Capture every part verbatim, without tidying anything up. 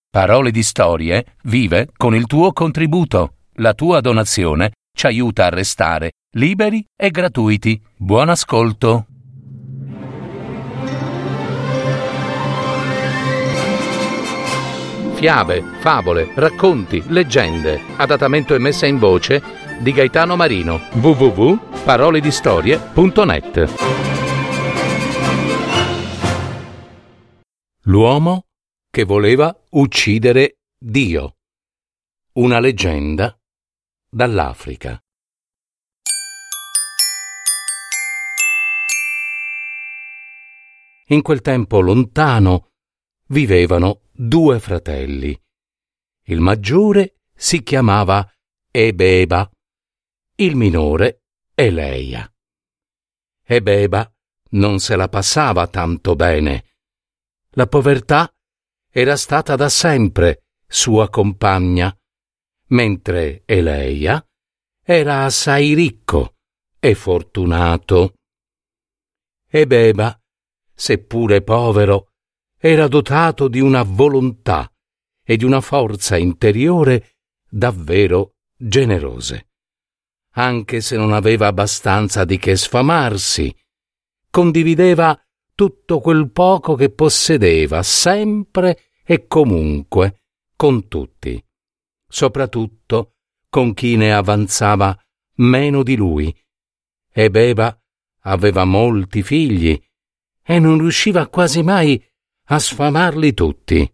Parole di Storie vive con il tuo contributo. La tua donazione ci aiuta a restare liberi e gratuiti. Buon ascolto. Fiabe, favole, racconti, leggende. Adattamento e messa in voce di Gaetano Marino. w w w punto parole di storie punto net. L'uomo che voleva uccidere Dio. Una leggenda dall'Africa. In quel tempo lontano vivevano due fratelli. Il maggiore si chiamava Ebeba, il minore Eleia. Ebeba non se la passava tanto bene. La povertà era stata da sempre sua compagna, mentre Eleia era assai ricco e fortunato. Ebeba, seppure povero, era dotato di una volontà e di una forza interiore davvero generose. Anche se non aveva abbastanza di che sfamarsi, condivideva tutto quel poco che possedeva sempre e comunque con tutti, soprattutto con chi ne avanzava meno di lui. Ebeba aveva molti figli e non riusciva quasi mai a sfamarli tutti.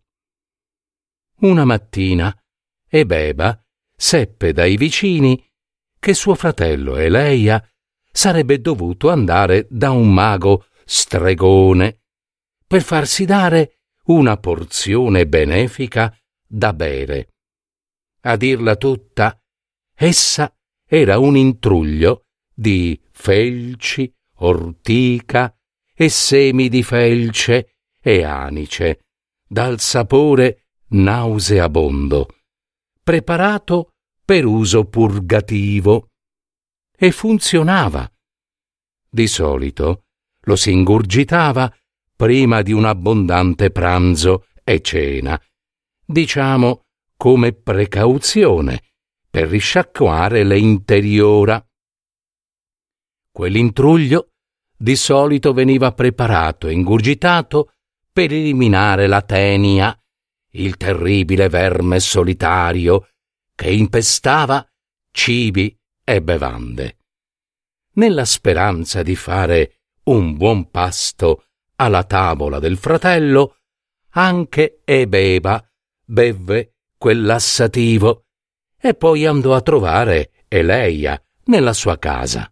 Una mattina Ebeba seppe dai vicini che suo fratello Eleia sarebbe dovuto andare da un mago stregone per farsi dare una porzione benefica da bere. A dirla tutta, essa era un intruglio di felci, ortica e semi di felce e anice, dal sapore nauseabondo, preparato per uso purgativo. E funzionava. Di solito lo si ingurgitava prima di un abbondante pranzo e cena, diciamo come precauzione per risciacquare le interiora. Quell'intruglio di solito veniva preparato e ingurgitato per eliminare la tenia, il terribile verme solitario che impestava cibi e bevande. Nella speranza di fare un buon pasto alla tavola del fratello, anche Ebeba bevve quel lassativo e poi andò a trovare Eleia nella sua casa.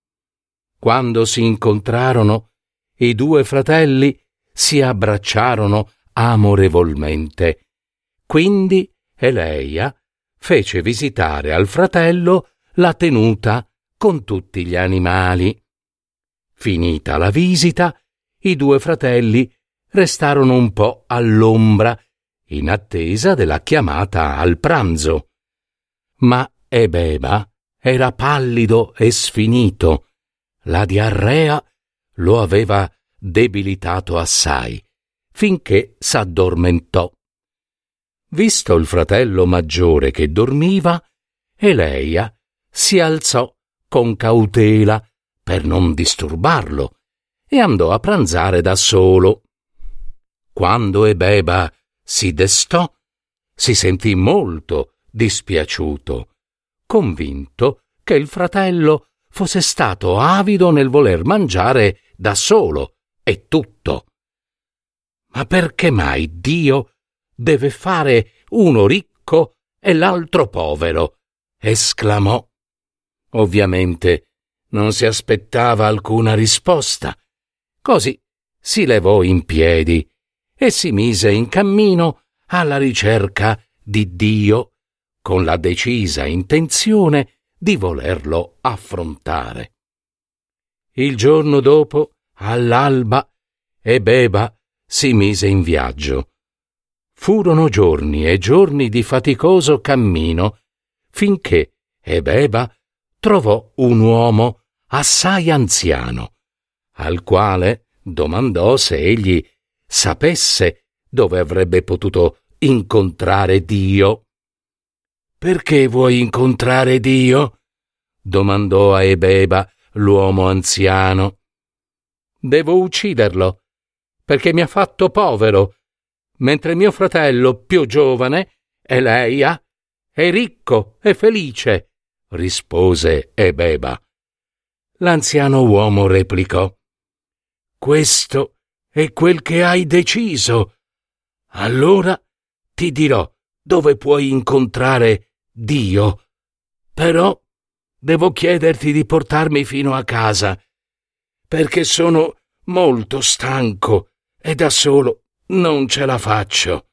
Quando si incontrarono, i due fratelli si abbracciarono amorevolmente. Quindi Eleia fece visitare al fratello la tenuta con tutti gli animali. Finita la visita, i due fratelli restarono un po' all'ombra, in attesa della chiamata al pranzo. Ma Ebeba era pallido e sfinito. La diarrea lo aveva debilitato assai, finché s'addormentò. Visto il fratello maggiore che dormiva, Eleia si alzò con cautela per non disturbarlo e andò a pranzare da solo. Quando Ebeba si destò, si sentì molto dispiaciuto, convinto che il fratello fosse stato avido nel voler mangiare da solo e tutto. Ma perché mai Dio deve fare uno ricco e l'altro povero? Esclamò. Ovviamente non si aspettava alcuna risposta. Così si levò in piedi e si mise in cammino alla ricerca di Dio, con la decisa intenzione di volerlo affrontare. Il giorno dopo, all'alba, Ebeba si mise in viaggio. Furono giorni e giorni di faticoso cammino, finché Ebeba trovò un uomo assai anziano, al quale domandò se egli sapesse dove avrebbe potuto incontrare Dio. «Perché vuoi incontrare Dio?» domandò a Ebeba l'uomo anziano. «Devo ucciderlo, perché mi ha fatto povero, mentre mio fratello più giovane, Eleia, è ricco e felice», rispose Ebeba. L'anziano uomo replicò: «Questo è quel che hai deciso. Allora ti dirò dove puoi incontrare Dio. Però devo chiederti di portarmi fino a casa, perché sono molto stanco e da solo non ce la faccio».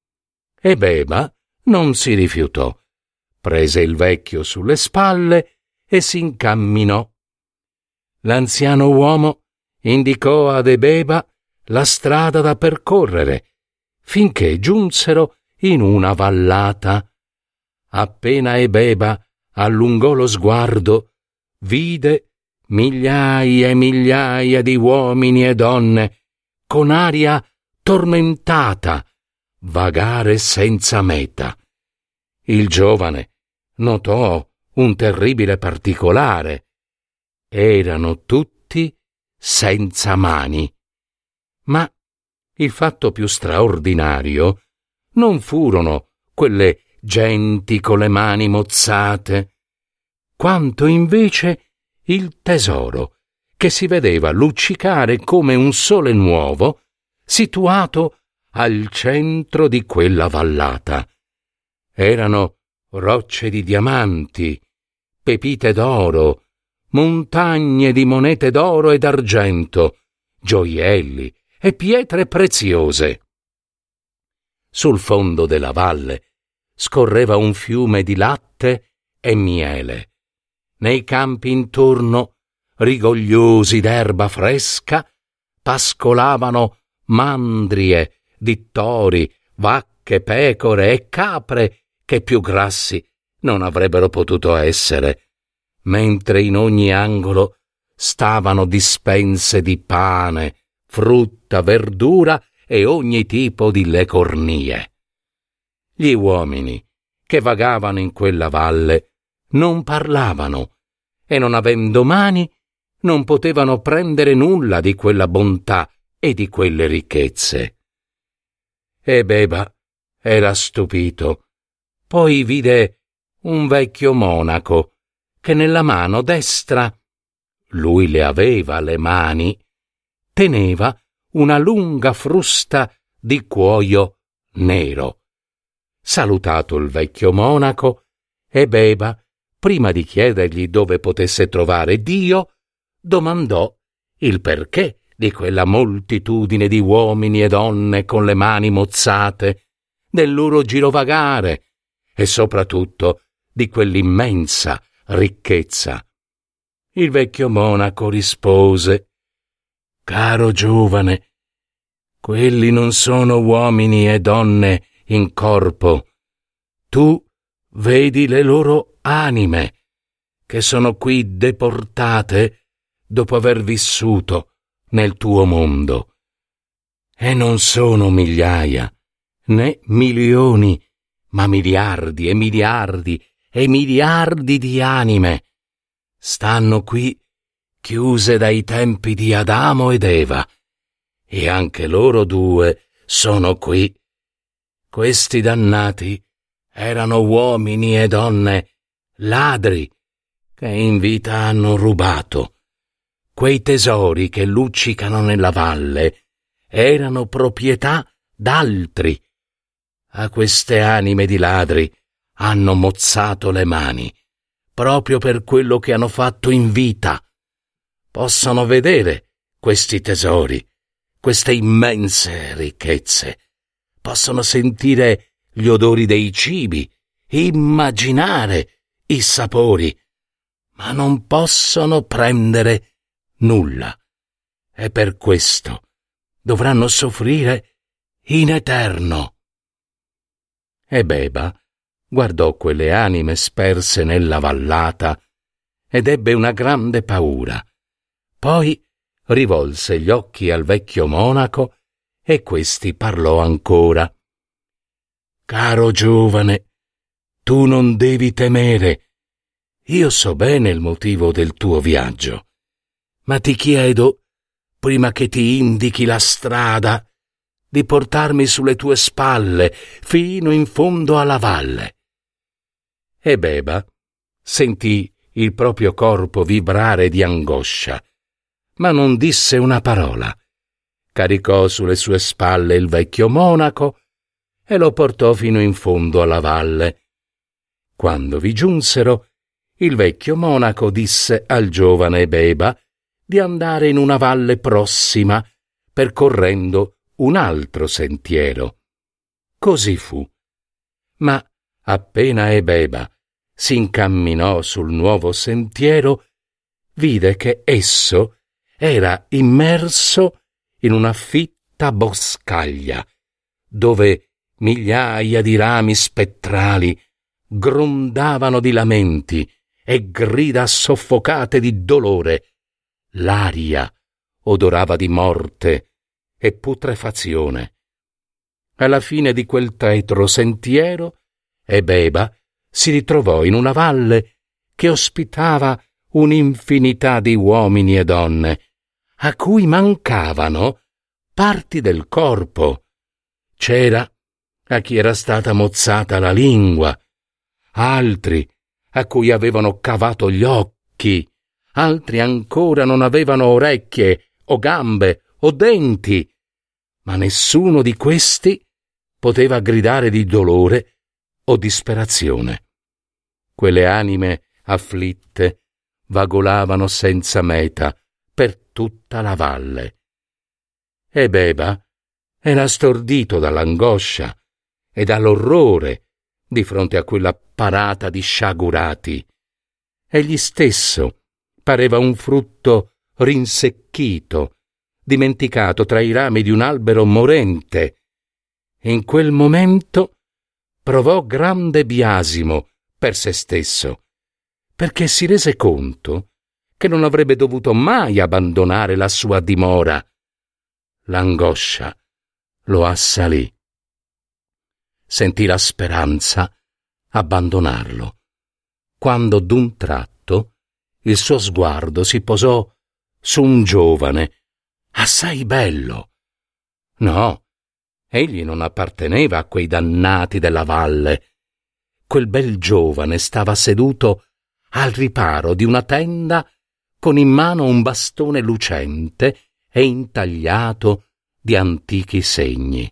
Ebeba non si rifiutò, prese il vecchio sulle spalle e si incamminò. L'anziano uomo indicò ad Ebeba la strada da percorrere, finché giunsero in una vallata. Appena Ebeba allungò lo sguardo, vide migliaia e migliaia di uomini e donne con aria tormentata vagare senza meta. Il giovane notò un terribile particolare: erano tutti senza mani. Ma il fatto più straordinario non furono quelle genti con le mani mozzate, quanto invece il tesoro che si vedeva luccicare come un sole nuovo, situato al centro di quella vallata. Erano rocce di diamanti, pepite d'oro, montagne di monete d'oro e d'argento, gioielli e pietre preziose. Sul fondo della valle scorreva un fiume di latte e miele. Nei campi intorno, rigogliosi d'erba fresca, pascolavano mandrie, dittori, vacche, pecore e capre che più grassi non avrebbero potuto essere, mentre in ogni angolo stavano dispense di pane, frutta, verdura e ogni tipo di lecornie. Gli uomini che vagavano in quella valle non parlavano e, non avendo mani, non potevano prendere nulla di quella bontà e di quelle ricchezze. Ebeba era stupito. Poi vide un vecchio monaco che nella mano destra, lui le aveva le mani, teneva una lunga frusta di cuoio nero. Salutato il vecchio monaco, Ebeba, prima di chiedergli dove potesse trovare Dio, domandò il perché di quella moltitudine di uomini e donne con le mani mozzate, del loro girovagare e soprattutto di quell'immensa ricchezza. Il vecchio monaco rispose: «Caro giovane, quelli non sono uomini e donne in corpo. Tu vedi le loro anime, che sono qui deportate dopo aver vissuto nel tuo mondo. E non sono migliaia, né milioni, ma miliardi e miliardi e miliardi di anime. Stanno qui chiuse dai tempi di Adamo ed Eva, e anche loro due sono qui. Questi dannati erano uomini e donne ladri che in vita hanno rubato. Quei tesori che luccicano nella valle erano proprietà d'altri. A queste anime di ladri hanno mozzato le mani, proprio per quello che hanno fatto in vita. Possono vedere questi tesori, queste immense ricchezze. Possono sentire gli odori dei cibi, immaginare i sapori, ma non possono prendere nulla. E per questo dovranno soffrire in eterno». Ebeba guardò quelle anime sperse nella vallata ed ebbe una grande paura. Poi rivolse gli occhi al vecchio monaco e questi parlò ancora: Caro giovane, tu non devi temere. Io so bene il motivo del tuo viaggio, ma ti chiedo, prima che ti indichi la strada, di portarmi sulle tue spalle fino in fondo alla valle. E Beba sentì il proprio corpo vibrare di angoscia, ma non disse una parola. Caricò sulle sue spalle il vecchio monaco e lo portò fino in fondo alla valle. Quando vi giunsero, il vecchio monaco disse al giovane Beba di andare in una valle prossima, percorrendo un altro sentiero. Così fu. Ma appena Ebeba si incamminò sul nuovo sentiero, vide che esso era immerso in una fitta boscaglia, dove migliaia di rami spettrali grondavano di lamenti e grida soffocate di dolore. L'aria odorava di morte e putrefazione. Alla fine di quel tetro sentiero, Ebeba si ritrovò in una valle che ospitava un'infinità di uomini e donne, a cui mancavano parti del corpo. C'era a chi era stata mozzata la lingua, altri a cui avevano cavato gli occhi, altri ancora non avevano orecchie o gambe o denti, ma nessuno di questi poteva gridare di dolore o disperazione. Quelle anime afflitte vagolavano senza meta per tutta la valle. E Beba era stordito dall'angoscia e dall'orrore di fronte a quella parata di sciagurati. Egli stesso pareva un frutto rinsecchito, dimenticato tra i rami di un albero morente. In quel momento provò grande biasimo per se stesso, perché si rese conto che non avrebbe dovuto mai abbandonare la sua dimora. L'angoscia lo assalì. Sentì la speranza abbandonarlo, quando d'un tratto il suo sguardo si posò su un giovane assai bello. No, egli non apparteneva a quei dannati della valle. Quel bel giovane stava seduto al riparo di una tenda con in mano un bastone lucente e intagliato di antichi segni.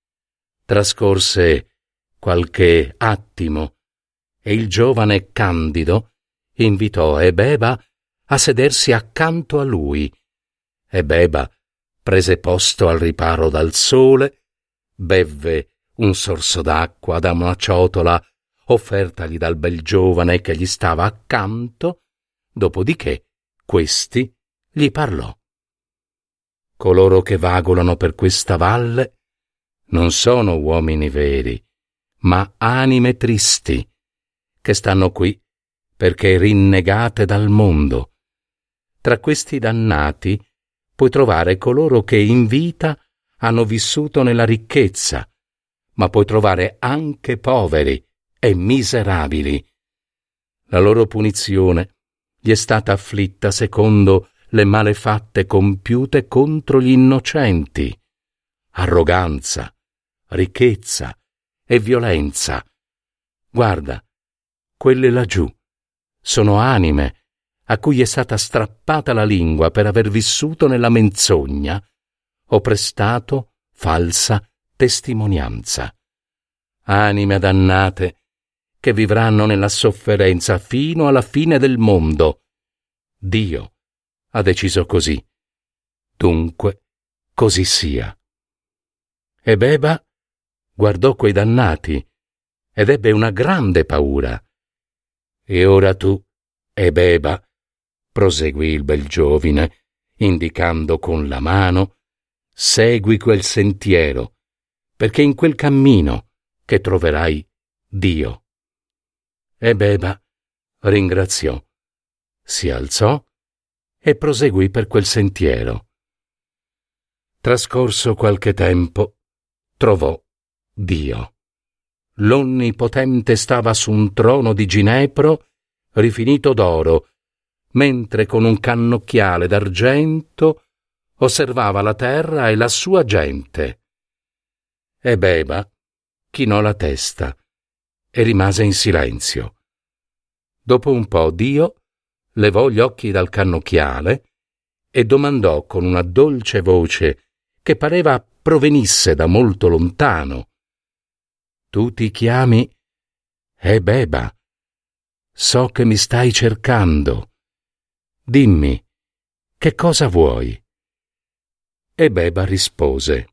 Trascorse qualche attimo e il giovane Candido invitò Ebeba a sedersi accanto a lui. Ebeba prese posto al riparo dal sole, bevve un sorso d'acqua da una ciotola offertagli dal bel giovane che gli stava accanto, dopodiché questi gli parlò. Coloro che vagolano per questa valle non sono uomini veri, ma anime tristi, che stanno qui perché rinnegate dal mondo. Tra questi dannati puoi trovare coloro che in vita hanno vissuto nella ricchezza, ma puoi trovare anche poveri e miserabili. La loro punizione gli è stata afflitta secondo le malefatte compiute contro gli innocenti. Arroganza, ricchezza e violenza. Guarda, quelle laggiù sono anime a cui è stata strappata la lingua per aver vissuto nella menzogna o prestato falsa testimonianza. Anime dannate che vivranno nella sofferenza fino alla fine del mondo. Dio ha deciso così. Dunque, così sia. E Beba guardò quei dannati ed ebbe una grande paura. E ora tu, Ebeba, proseguì il bel giovine, indicando con la mano, segui quel sentiero, perché in quel cammino che troverai Dio. Ebeba ringraziò, si alzò e proseguì per quel sentiero. Trascorso qualche tempo, trovò Dio. l'Onnipotente stava su un trono di ginepro rifinito d'oro, mentre con un cannocchiale d'argento osservava la terra e la sua gente. Ebeba chinò la testa e rimase in silenzio. Dopo un po' Dio levò gli occhi dal cannocchiale e domandò con una dolce voce che pareva provenisse da molto lontano: «Tu ti chiami Ebeba? So che mi stai cercando. Dimmi, che cosa vuoi?» Ebeba rispose: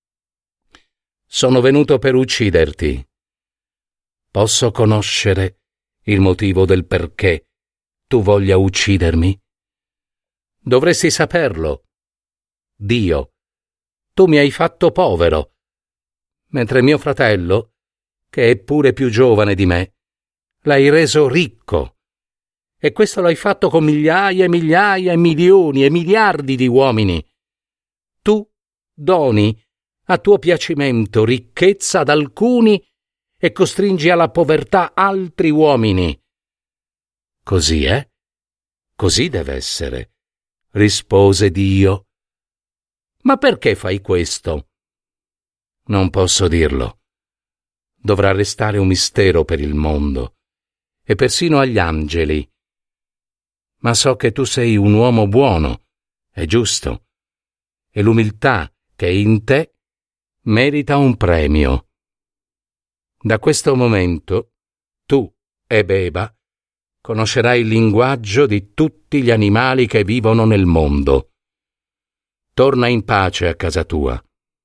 «Sono venuto per ucciderti. Posso conoscere il motivo del perché tu voglia uccidermi?» «Dovresti saperlo. Dio, tu mi hai fatto povero, mentre mio fratello, che è pure più giovane di me, l'hai reso ricco. E questo l'hai fatto con migliaia e migliaia e milioni e miliardi di uomini. Tu doni a tuo piacimento ricchezza ad alcuni e costringi alla povertà altri uomini. Così è? Così deve essere», rispose Dio. «Ma perché fai questo?» «Non posso dirlo. Dovrà restare un mistero per il mondo e persino agli angeli. Ma so che tu sei un uomo buono e giusto, e l'umiltà che è in te merita un premio. Da questo momento tu, Ebeba, conoscerai il linguaggio di tutti gli animali che vivono nel mondo. Torna in pace a casa tua.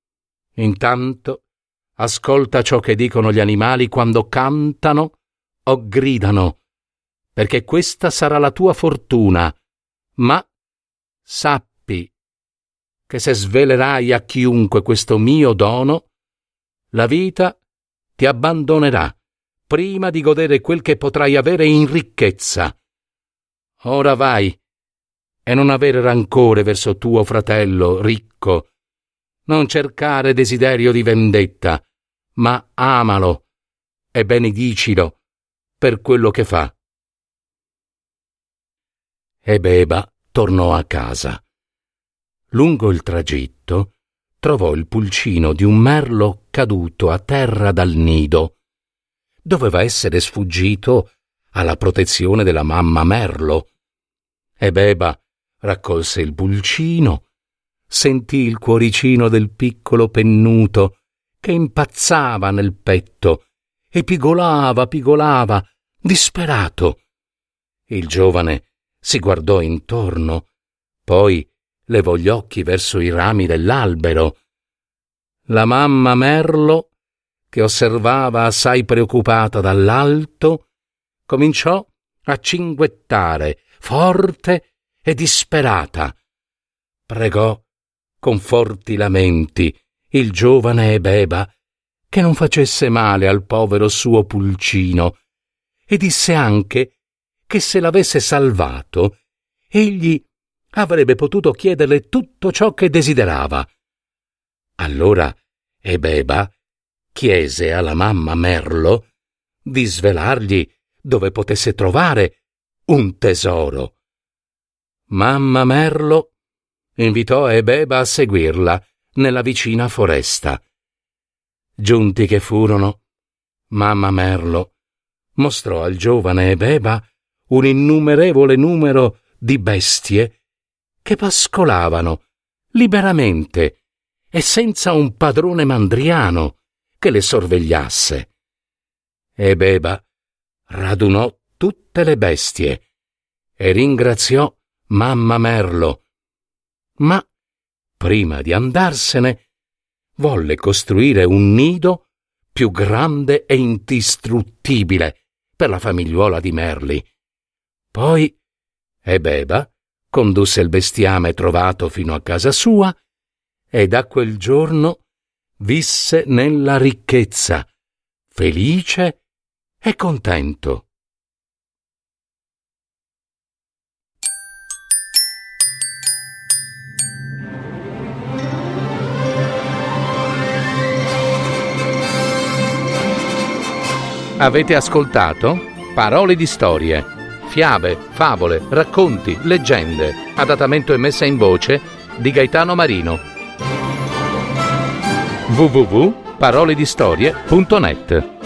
Intanto ascolta ciò che dicono gli animali quando cantano o gridano, perché questa sarà la tua fortuna. Ma sappi che se svelerai a chiunque questo mio dono, la vita ti abbandonerà prima di godere quel che potrai avere in ricchezza. Ora vai e non avere rancore verso tuo fratello ricco. Non cercare desiderio di vendetta, ma amalo e benedicilo per quello che fa». Ebeba tornò a casa. Lungo il tragitto trovò il pulcino di un merlo caduto a terra dal nido. Doveva essere sfuggito alla protezione della mamma merlo. Ebeba raccolse il pulcino, sentì il cuoricino del piccolo pennuto che impazzava nel petto e pigolava, pigolava, disperato. Il giovane si guardò intorno, poi levò gli occhi verso i rami dell'albero. La mamma merlo, che osservava assai preoccupata dall'alto, cominciò a cinguettare forte e disperata. Pregò con forti lamenti il giovane Ebeba che non facesse male al povero suo pulcino e disse anche che se l'avesse salvato egli avrebbe potuto chiederle tutto ciò che desiderava. Allora Ebeba chiese alla mamma merlo di svelargli dove potesse trovare un tesoro. Mamma merlo invitò Ebeba a seguirla nella vicina foresta. Giunti che furono, mamma merlo mostrò al giovane Ebeba un innumerevole numero di bestie che pascolavano liberamente e senza un padrone mandriano che le sorvegliasse. Ebeba radunò tutte le bestie e ringraziò mamma merlo, ma prima di andarsene volle costruire un nido più grande e indistruttibile per la famigliuola di merli. Poi Ebeba condusse il bestiame trovato fino a casa sua e da quel giorno visse nella ricchezza, felice e contento. Avete ascoltato Parole di storie, fiabe, favole, racconti, leggende, adattamento e messa in voce di Gaetano Marino. w w w punto paroledistorie punto net